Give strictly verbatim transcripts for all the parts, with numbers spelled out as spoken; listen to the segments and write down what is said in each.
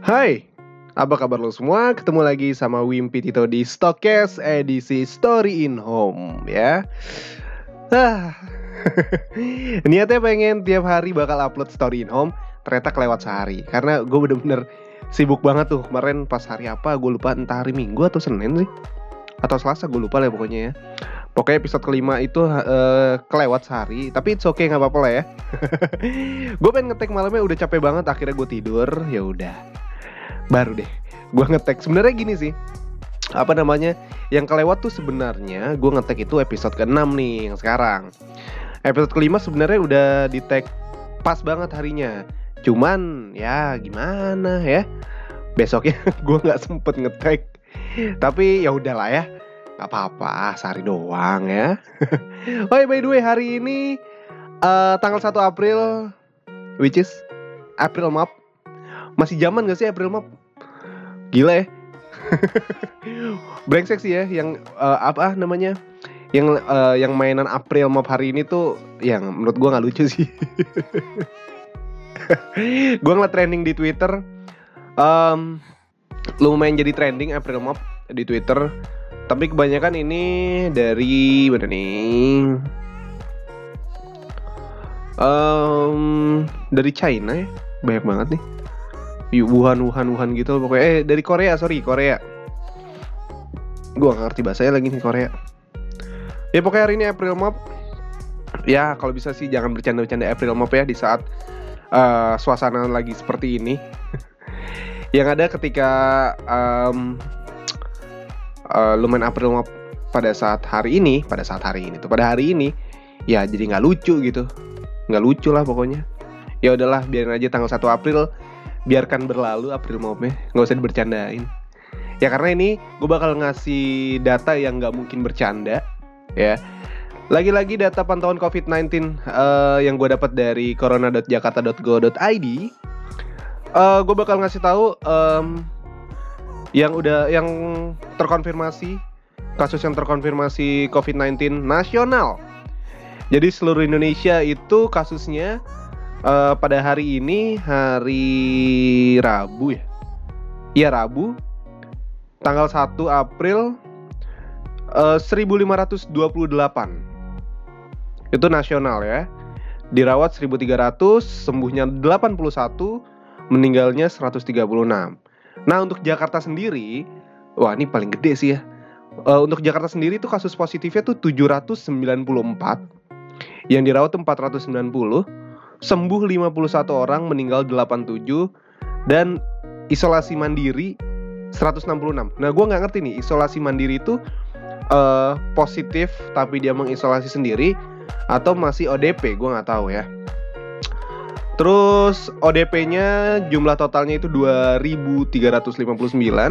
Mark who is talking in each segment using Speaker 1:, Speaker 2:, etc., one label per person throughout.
Speaker 1: Hai, apa kabar lo semua? Ketemu lagi sama Wimpi Tito di Stokes edisi Story in Home ya. Ah, niatnya pengen tiap hari bakal upload Story in Home, ternyata kelewat sehari. Karena gue bener-bener sibuk banget tuh. Kemarin pas hari apa, gue lupa, entah hari Minggu atau Senin sih, atau Selasa, gue lupa lah pokoknya ya. Pokoknya episode kelima itu uh, kelewat sehari, tapi it's okay, nggak apa-apa lah ya. Gue pengen ngetek malamnya, udah capek banget, akhirnya gue tidur. Ya udah, baru deh gue ngetek. Sebenarnya gini sih, apa namanya, yang kelewat tuh sebenarnya gue ngetek itu episode keenam nih, yang sekarang. Episode kelima sebenarnya udah di tag pas banget harinya, cuman ya gimana ya, besoknya gue nggak sempet ngetek. Tapi ya udahlah ya, nggak apa-apa, sehari doang ya. Oh ya, by the way, hari ini uh, tanggal satu April, which is April Mop. Masih zaman gak sih April Mop? Gila ya. Brengsek sih ya yang uh, apa namanya, yang uh, yang mainan April Mop hari ini tuh, yang menurut gue nggak lucu sih. Gue ngeliat trending di Twitter, um, lumayan jadi trending April Mop di Twitter. Tapi kebanyakan ini dari mana nih? Um, dari China ya, banyak banget nih. Wuhan, Wuhan, Wuhan gitu pokoknya. Eh dari Korea, sorry Korea. Gue gak ngerti bahasanya lagi nih, Korea. Ya pokoknya hari ini April Mop. Ya kalau bisa sih jangan bercanda-bercanda April Mop ya di saat uh, suasana lagi seperti ini. Yang ada ketika um, uh, lu main April Mop pada saat hari ini, pada saat hari ini tuh, pada hari ini, ya jadi nggak lucu gitu, nggak lucu lah pokoknya. Ya udahlah, biarin aja tanggal satu April, biarkan berlalu April Mopnya, nggak usah dibercandain. Ya karena ini gue bakal ngasih data yang nggak mungkin bercanda, ya. Lagi-lagi data pantauan covid sembilan belas uh, yang gue dapat dari corona dot jakarta dot go dot i d. Uh, gue bakal ngasih tahu um, yang udah yang terkonfirmasi, kasus yang terkonfirmasi covid sembilan belas nasional. Jadi seluruh Indonesia itu kasusnya uh, pada hari ini, hari Rabu ya. Iya Rabu, tanggal satu April, uh, seribu lima ratus dua puluh delapan. Itu nasional ya. Dirawat seribu tiga ratus, sembuhnya delapan puluh satu, meninggalnya seratus tiga puluh enam. Nah untuk Jakarta sendiri, wah ini paling gede sih ya. Uh, untuk Jakarta sendiri tuh kasus positifnya tuh tujuh ratus sembilan puluh empat, yang dirawat empat ratus sembilan puluh, sembuh lima puluh satu orang, meninggal delapan puluh tujuh, dan isolasi mandiri seratus enam puluh enam. Nah gue gak ngerti nih, isolasi mandiri itu uh, positif tapi dia mengisolasi sendiri atau masih O D P, gue gak tahu ya. Terus O D P-nya jumlah totalnya itu dua ribu tiga ratus lima puluh sembilan,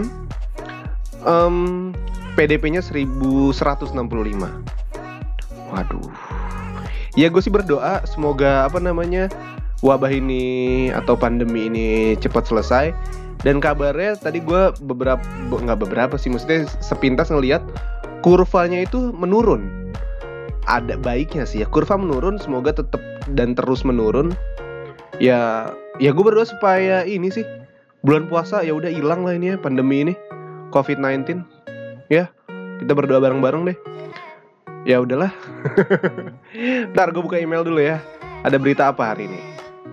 Speaker 1: um, P D P-nya seribu seratus enam puluh lima. Waduh. Ya gue sih berdoa semoga apa namanya, wabah ini atau pandemi ini cepat selesai. Dan kabarnya tadi gue beberapa, nggak beberapa sih, maksudnya sepintas ngelihat kurvanya itu menurun. Ada baiknya sih ya, kurva menurun, semoga tetap dan terus menurun. Ya, ya gue berdoa supaya ini sih bulan puasa ya udah hilang lah ini ya pandemi ini covid sembilan belas. Ya, kita berdoa bareng-bareng deh. Ya udahlah. Ntar gue buka email dulu ya. Ada berita apa hari ini?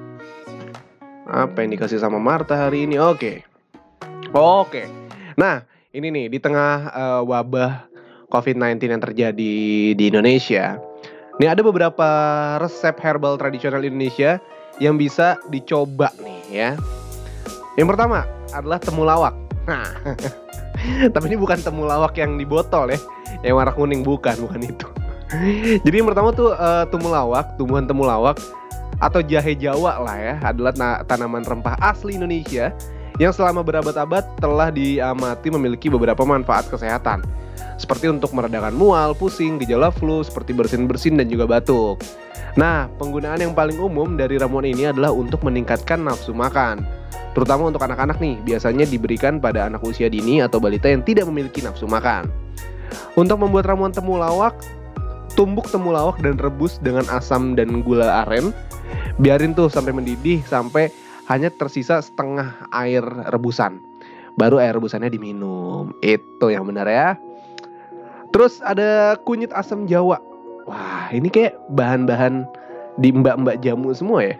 Speaker 1: Apa yang dikasih sama Marta hari ini? Oke. Oke. Nah, ini nih di tengah uh, wabah covid sembilan belas yang terjadi di Indonesia. Nih ada beberapa resep herbal tradisional Indonesia yang bisa dicoba nih ya. Yang pertama adalah temulawak. Nah, tapi ini bukan temulawak yang di botol ya, yang warna kuning, bukan, bukan itu. Jadi yang pertama tuh uh, temulawak, tumbuhan temulawak atau jahe Jawa lah ya, adalah na- tanaman rempah asli Indonesia yang selama berabad-abad telah diamati memiliki beberapa manfaat kesehatan, seperti untuk meredakan mual, pusing, gejala flu, seperti bersin-bersin dan juga batuk. Nah, penggunaan yang paling umum dari ramuan ini adalah untuk meningkatkan nafsu makan, terutama untuk anak-anak nih, biasanya diberikan pada anak usia dini atau balita yang tidak memiliki nafsu makan. Untuk membuat ramuan temulawak, tumbuk temulawak dan rebus dengan asam dan gula aren. Biarin tuh sampai mendidih sampai hanya tersisa setengah air rebusan. Baru air rebusannya diminum. Itu yang benar ya. Terus ada kunyit asam Jawa. Wah, ini kayak bahan-bahan di mbak-mbak jamu semua ya.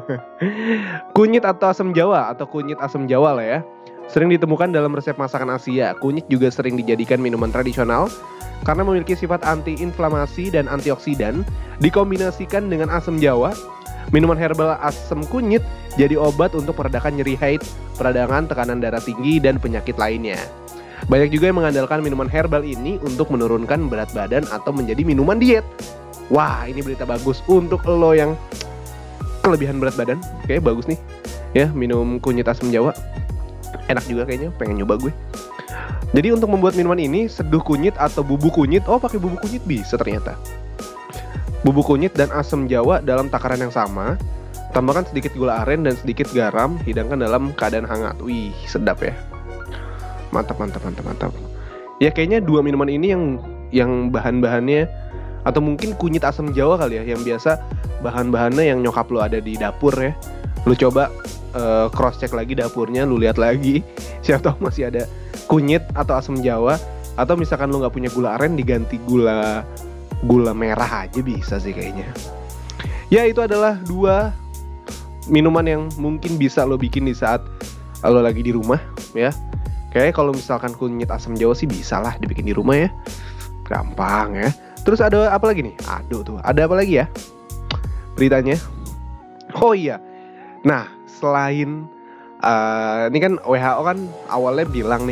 Speaker 1: Kunyit atau asam Jawa atau kunyit asam Jawa lah ya. Sering ditemukan dalam resep masakan Asia. Kunyit juga sering dijadikan minuman tradisional karena memiliki sifat anti-inflamasi dan antioksidan. Dikombinasikan dengan asam Jawa, minuman herbal asam kunyit jadi obat untuk meredakan nyeri haid, peradangan, tekanan darah tinggi, dan penyakit lainnya. Banyak juga yang mengandalkan minuman herbal ini untuk menurunkan berat badan atau menjadi minuman diet. Wah, ini berita bagus untuk lo yang kelebihan berat badan. Kayaknya bagus nih ya, minum kunyit asam Jawa. Enak juga kayaknya, pengen nyoba gue. Jadi untuk membuat minuman ini, seduh kunyit atau bubuk kunyit. Oh, pakai bubuk kunyit bisa ternyata. Bubuk kunyit dan asam Jawa dalam takaran yang sama. Tambahkan sedikit gula aren dan sedikit garam. Hidangkan dalam keadaan hangat. Wih, sedap ya. Mantap, mantap, mantap, mantap. Ya kayaknya dua minuman ini yang yang bahan-bahannya, atau mungkin kunyit asam Jawa kali ya, yang biasa bahan-bahannya yang nyokap lo ada di dapur ya. Lu coba uh, cross check lagi dapurnya, lu lihat lagi, siapa tahu masih ada kunyit atau asam Jawa. Atau misalkan lu nggak punya gula aren, diganti gula gula merah aja bisa sih kayaknya. Ya, itu adalah dua minuman yang mungkin bisa lo bikin di saat lo lagi di rumah ya. Kayak kalau misalkan kunyit asam Jawa sih bisa lah dibikin di rumah ya. Gampang ya. Terus ada apa lagi nih? Aduh tuh, ada apa lagi ya beritanya? Oh iya. Nah, selain uh, ini kan W H O kan awalnya bilang nih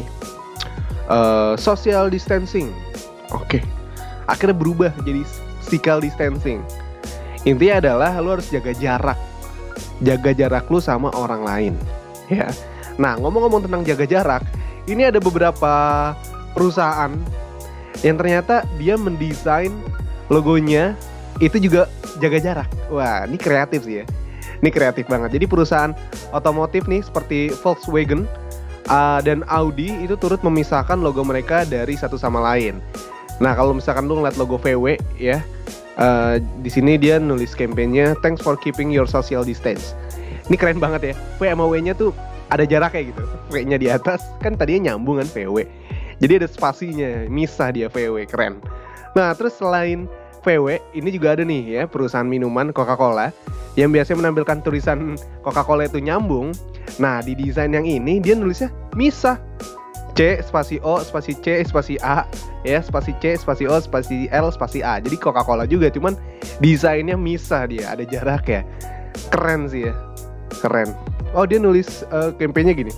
Speaker 1: uh, social distancing. Oke. Okay. Akhirnya berubah jadi physical distancing. Intinya adalah lo harus jaga jarak. Jaga jarak lo sama orang lain ya. Nah, ngomong-ngomong tentang jaga jarak, ini ada beberapa perusahaan yang ternyata dia mendesain logonya itu juga jaga jarak. Wah, ini kreatif sih ya. Ini kreatif banget. Jadi perusahaan otomotif nih seperti Volkswagen uh, dan Audi itu turut memisahkan logo mereka dari satu sama lain. Nah, kalau misalkan lu ngeliat logo V W ya, uh, di sini dia nulis kampanye "Thanks for keeping your social distance". Ini keren banget ya. V sama W-nya tuh ada jaraknya gitu. V-nya di atas kan tadinya nyambung kan V W. Jadi ada spasinya, misah dia V W, keren. Nah, terus selain V W, ini juga ada nih ya perusahaan minuman Coca-Cola yang biasanya menampilkan tulisan Coca-Cola itu nyambung. Nah, di desain yang ini dia nulisnya misah. C spasi O spasi C spasi A ya, spasi C spasi O spasi L spasi A. Jadi Coca-Cola juga, cuman desainnya misah dia, ada jarak ya. Keren sih ya. Keren. Oh, dia nulis uh, kampanye gini.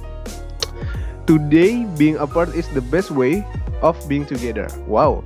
Speaker 1: Today being apart is the best way of being together. Wow.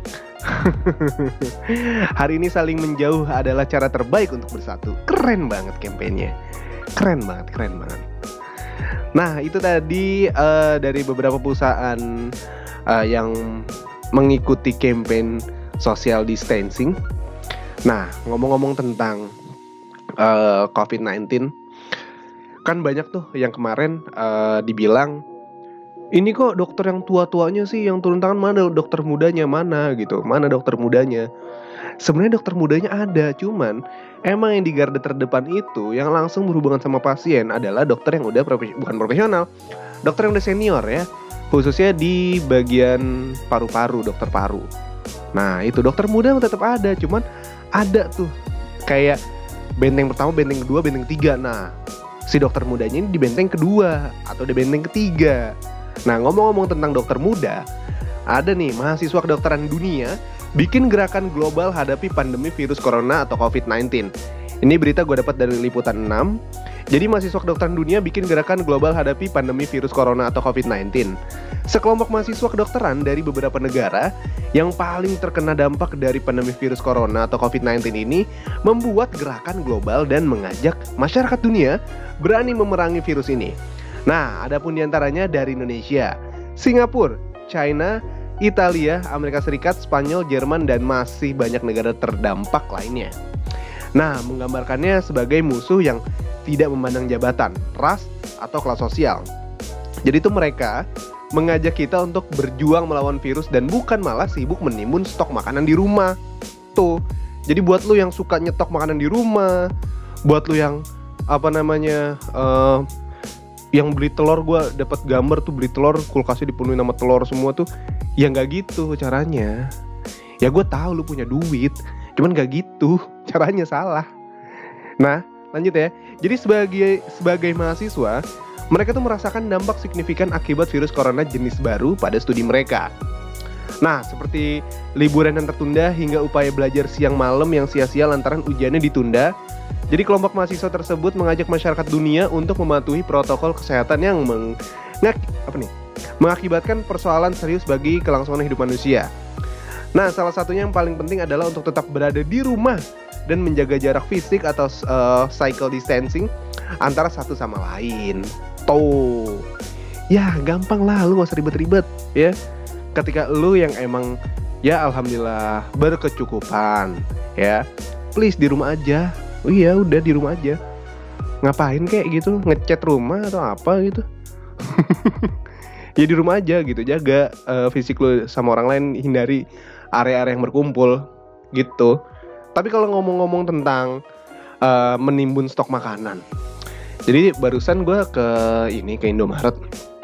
Speaker 1: Hari ini saling menjauh adalah cara terbaik untuk bersatu. Keren banget kampanye. Keren banget, keren banget. Nah, itu tadi uh, dari beberapa perusahaan uh, yang mengikuti campaign social distancing. Nah, ngomong-ngomong tentang uh, covid sembilan belas, kan banyak tuh yang kemarin uh, dibilang, ini kok dokter yang tua-tuanya sih yang turun tangan, mana dokter mudanya, mana gitu, mana dokter mudanya. Sebenarnya dokter mudanya ada, cuman emang yang di garda terdepan itu yang langsung berhubungan sama pasien adalah dokter yang udah profes- bukan profesional, dokter yang udah senior ya, khususnya di bagian paru-paru, dokter paru. Nah, itu dokter muda tetap ada, cuman ada tuh kayak benteng pertama, benteng kedua, benteng ketiga. Nah, si dokter mudanya ini di benteng kedua atau di benteng ketiga. Nah, ngomong-ngomong tentang dokter muda, ada nih mahasiswa kedokteran dunia bikin gerakan global hadapi pandemi virus corona atau covid sembilan belas. Ini berita gue dapat dari Liputan enam. Jadi mahasiswa kedokteran dunia bikin gerakan global hadapi pandemi virus corona atau covid sembilan belas. Sekelompok mahasiswa kedokteran dari beberapa negara yang paling terkena dampak dari pandemi virus corona atau covid sembilan belas ini membuat gerakan global dan mengajak masyarakat dunia berani memerangi virus ini. Nah, adapun diantaranya dari Indonesia, Singapura, China, Italia, Amerika Serikat, Spanyol, Jerman, dan masih banyak negara terdampak lainnya. Nah, menggambarkannya sebagai musuh yang tidak memandang jabatan, ras, atau kelas sosial. Jadi itu mereka mengajak kita untuk berjuang melawan virus dan bukan malah sibuk menimbun stok makanan di rumah. Tuh, jadi buat lu yang suka nyetok makanan di rumah, buat lu yang apa namanya uh, yang beli telur, gue dapat gambar tuh beli telur kulkasnya dipenuhi sama telur semua tuh. Ya nggak gitu caranya. Ya gue tahu lu punya duit, cuman nggak gitu caranya, salah. Nah lanjut ya. Jadi sebagai sebagai mahasiswa, mereka tuh merasakan dampak signifikan akibat virus corona jenis baru pada studi mereka. Nah, seperti liburan yang tertunda hingga upaya belajar siang malam yang sia-sia lantaran ujiannya ditunda. Jadi kelompok mahasiswa tersebut mengajak masyarakat dunia untuk mematuhi protokol kesehatan yang meng, ngak, apa nih, mengakibatkan persoalan serius bagi kelangsungan hidup manusia. Nah, salah satunya yang paling penting adalah untuk tetap berada di rumah dan menjaga jarak fisik atau uh, physical distancing antara satu sama lain. Tuh, ya gampang lah, lu gak usah ribet-ribet ya. Ketika lu yang emang ya alhamdulillah berkecukupan ya, please di rumah aja. Oh iya udah di rumah aja. Ngapain kayak gitu, ngechat rumah atau apa gitu. Ya di rumah aja gitu, jaga uh, fisik lu sama orang lain, hindari area-area yang berkumpul gitu. Tapi kalau ngomong-ngomong tentang uh, menimbun stok makanan, jadi barusan gue ke ini ke Indomaret.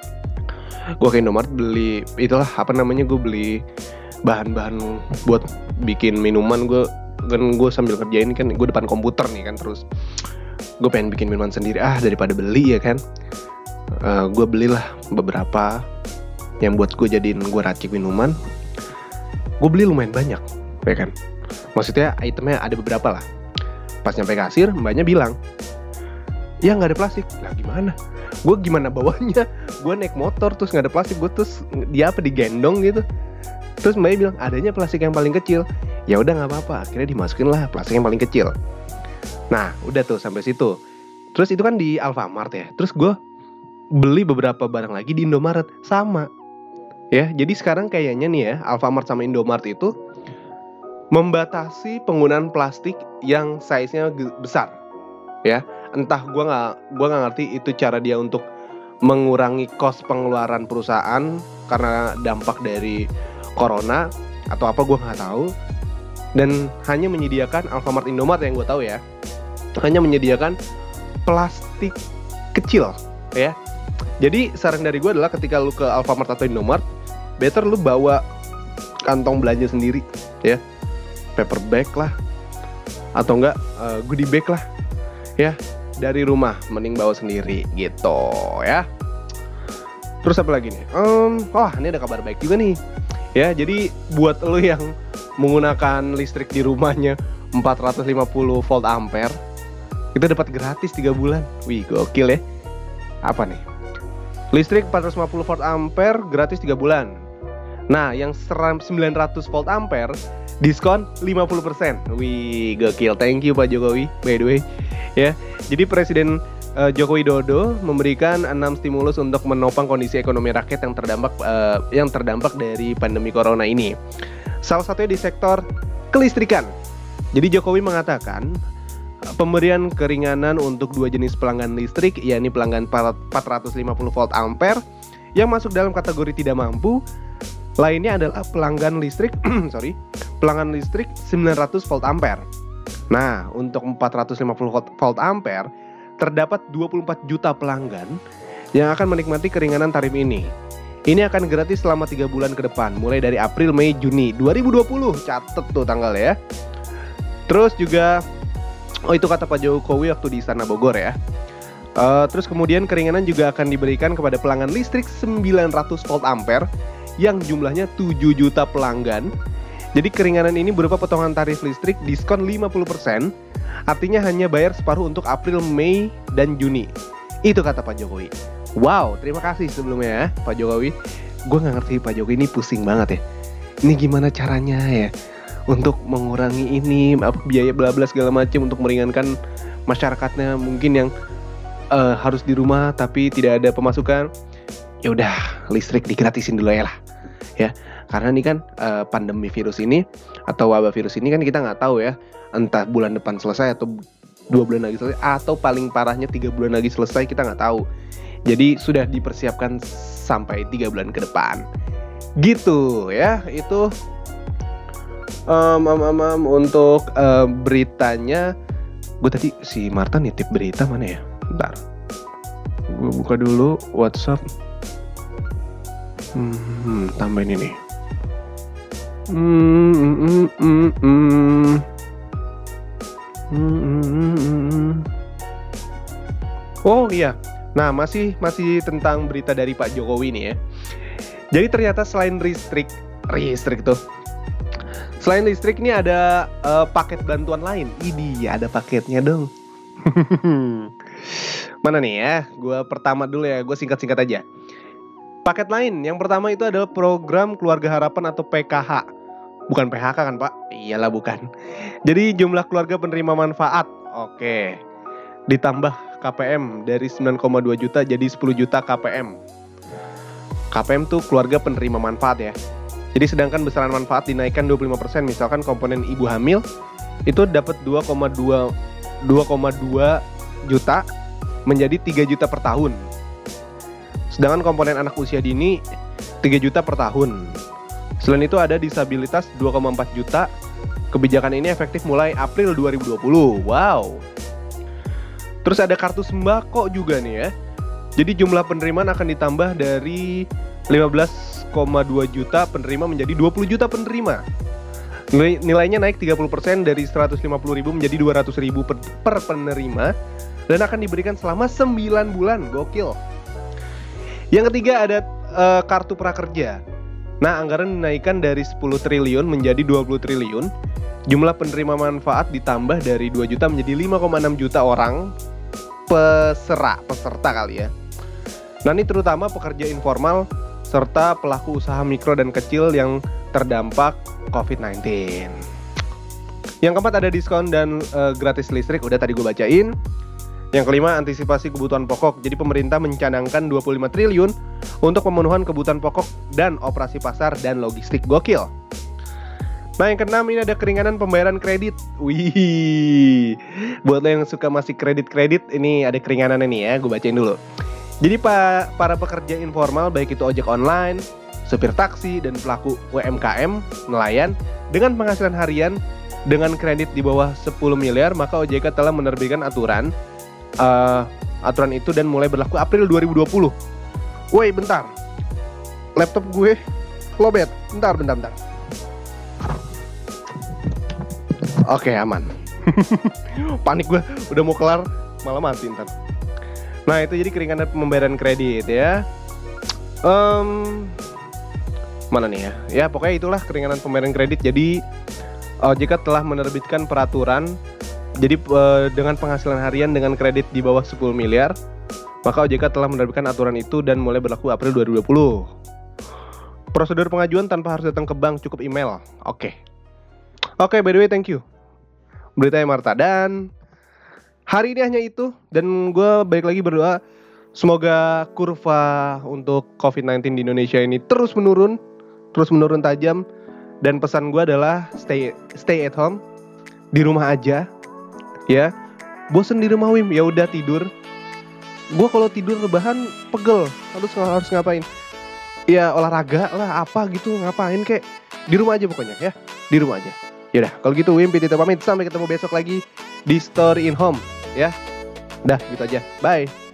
Speaker 1: Gue ke Indomaret beli itulah apa namanya gue beli bahan-bahan buat bikin minuman. Gue kan gue sambil kerjain kan, gue depan komputer nih kan, terus gue pengen bikin minuman sendiri ah daripada beli ya kan. Uh, gue belilah beberapa yang buat gue jadiin gue racik minuman. Gue beli lumayan banyak ya kan. Maksudnya itemnya ada beberapa lah. Pas nyampe kasir mbaknya bilang, ya nggak ada plastik. Lah gimana? Gue gimana bawanya? Gue naik motor terus nggak ada plastik. Gue terus dia apa digendong gitu. Terus mbaknya bilang adanya plastik yang paling kecil. Ya udah nggak apa-apa. Akhirnya dimasukin lah plastik yang paling kecil. Nah udah tuh sampai situ. Terus itu kan di Alfamart ya. Terus gue beli beberapa barang lagi di Indomaret sama. Ya jadi sekarang kayaknya nih ya Alfamart sama Indomaret itu membatasi penggunaan plastik yang size-nya besar. Ya, entah gue nggak gue nggak ngerti itu cara dia untuk mengurangi kos pengeluaran perusahaan karena dampak dari corona atau apa, gue nggak tahu. Dan hanya menyediakan Alfamart Indomaret yang gue tahu ya, hanya menyediakan plastik kecil ya. Jadi saran dari gue adalah ketika lu ke Alfamart atau Indomaret, better lu bawa kantong belanja sendiri ya, paper bag lah atau enggak uh, goodie bag lah ya, dari rumah mending bawa sendiri gitu ya. Terus apa lagi nih? Um, oh ini ada kabar baik juga nih ya. Jadi buat lo yang menggunakan listrik di rumahnya empat ratus lima puluh volt ampere, kita dapat gratis tiga bulan. Wih gokil ya. Apa nih? Listrik empat ratus lima puluh volt ampere gratis tiga bulan. Nah yang sembilan ratus volt ampere diskon lima puluh persen. Wih gokil. Thank you Pak Jokowi by the way ya. Jadi Presiden uh, Joko Widodo memberikan enam stimulus untuk menopang kondisi ekonomi rakyat yang terdampak uh, yang terdampak dari pandemi corona ini. Salah satunya di sektor kelistrikan. Jadi Jokowi mengatakan uh, pemberian keringanan untuk dua jenis pelanggan listrik, yakni pelanggan empat ratus lima puluh volt ampere yang masuk dalam kategori tidak mampu. Lainnya adalah pelanggan listrik sorry, pelanggan listrik sembilan ratus volt ampere. Nah, untuk empat ratus lima puluh volt ampere terdapat dua puluh empat juta pelanggan yang akan menikmati keringanan tarif ini. Ini akan gratis selama tiga bulan ke depan, mulai dari April, Mei, Juni dua ribu dua puluh. Catet tuh tanggal ya. Terus juga, oh itu kata Pak Jokowi waktu di Istana Bogor ya. Uh, terus kemudian keringanan juga akan diberikan kepada pelanggan listrik sembilan ratus volt ampere yang jumlahnya tujuh juta pelanggan. Jadi keringanan ini berupa potongan tarif listrik diskon lima puluh persen. Artinya hanya bayar separuh untuk April, Mei, dan Juni. Itu kata Pak Jokowi. Wow, terima kasih sebelumnya ya Pak Jokowi. Gue gak ngerti Pak Jokowi ini pusing banget ya. Ini gimana caranya ya untuk mengurangi ini apa, biaya bla bla segala macam untuk meringankan masyarakatnya mungkin yang uh, harus di rumah tapi tidak ada pemasukan. Ya udah, listrik digratisin dulu ya lah. Ya, karena ini kan uh, pandemi virus ini atau wabah virus ini kan kita nggak tahu ya, entah bulan depan selesai atau dua bulan lagi selesai atau paling parahnya tiga bulan lagi selesai, kita nggak tahu. Jadi sudah dipersiapkan sampai tiga bulan ke depan. Gitu ya, itu um, um, um, um, untuk uh, beritanya Gue tadi si Marta nitip berita mana ya? Bentar. Gue buka dulu WhatsApp. Hmm, tambahin ini. Hmm, hmm, hmm, hmm, hmm. Hmm, hmm, hmm, hmm. Oh iya. Nah, masih masih tentang berita dari Pak Jokowi nih ya. Jadi ternyata selain listrik, listrik tuh. Selain listrik nih ada uh, paket bantuan lain. Ini ada paketnya dong. Mana nih ya? Gue pertama dulu ya, gue singkat-singkat aja. Paket lain, yang pertama itu adalah program Keluarga Harapan atau P K H. Bukan P H K kan Pak? Iyalah bukan. Jadi jumlah keluarga penerima manfaat. Oke. Ditambah K P M dari sembilan koma dua juta jadi sepuluh juta K P M. K P M tuh keluarga penerima manfaat ya. Jadi sedangkan besaran manfaat dinaikkan dua puluh lima persen. Misalkan komponen ibu hamil itu dapat dua koma dua juta menjadi tiga juta per tahun. Sedangkan komponen anak usia dini tiga juta per tahun. Selain itu ada disabilitas dua koma empat juta. Kebijakan ini efektif mulai April dua ribu dua puluh. Wow. Terus ada kartu sembako juga nih ya. Jadi jumlah penerimaan akan ditambah dari lima belas koma dua juta penerima menjadi dua puluh juta penerima. Nilai, nilainya naik tiga puluh persen dari seratus lima puluh ribu menjadi dua ratus ribu per, per penerima. Dan akan diberikan selama sembilan bulan. Gokil. Yang ketiga ada uh, kartu prakerja. Nah, anggaran dinaikkan dari sepuluh triliun menjadi dua puluh triliun. Jumlah penerima manfaat ditambah dari dua juta menjadi lima koma enam juta orang pesera, peserta kali ya. Nah, ini terutama pekerja informal serta pelaku usaha mikro dan kecil yang terdampak covid sembilan belas. Yang keempat ada diskon dan uh, gratis listrik, udah tadi gue bacain. Yang kelima, antisipasi kebutuhan pokok. Jadi pemerintah mencanangkan dua puluh lima triliun untuk pemenuhan kebutuhan pokok dan operasi pasar dan logistik. Gokil. Nah, yang keenam ini ada keringanan pembayaran kredit. Wih. Buat lo yang suka masih kredit-kredit, ini ada keringanan ini ya, gue bacain dulu. Jadi pa, para pekerja informal baik itu ojek online, supir taksi dan pelaku U M K M, nelayan dengan penghasilan harian dengan kredit di bawah sepuluh miliar, maka O J K telah menerbitkan aturan Uh, aturan itu dan mulai berlaku April dua ribu dua puluh. Woi bentar, laptop gue lowbat. Bentar, bentar, bentar. Oke, aman. Panik gue, udah mau kelar malah mati ntar. Nah, itu jadi keringanan pembayaran kredit ya. um, Mana nih ya? Ya pokoknya itulah keringanan pembayaran kredit. Jadi O J K telah menerbitkan peraturan. Jadi uh, dengan penghasilan harian dengan kredit di bawah sepuluh miliar, maka O J K telah menerbitkan aturan itu dan mulai berlaku April dua ribu dua puluh. Prosedur pengajuan tanpa harus datang ke bank, cukup email. Oke. Okay. Oke, okay, by the way, thank you. Beritanya Marta. Dan hari ini hanya itu. Dan gue balik lagi berdoa semoga kurva untuk covid sembilan belas di Indonesia ini terus menurun, terus menurun tajam. Dan pesan gue adalah stay stay at home, di rumah aja. Ya, bosen di rumah Wim, ya udah tidur. Gue kalau tidur rebahan pegel, harus harus ngapain? Ya olahraga lah, apa gitu, ngapain kek? Di rumah aja pokoknya ya, di rumah aja. Yaudah, kalau gitu Wim Pitito pamit, sampai ketemu besok lagi di Story in Home ya. Dah gitu aja, bye.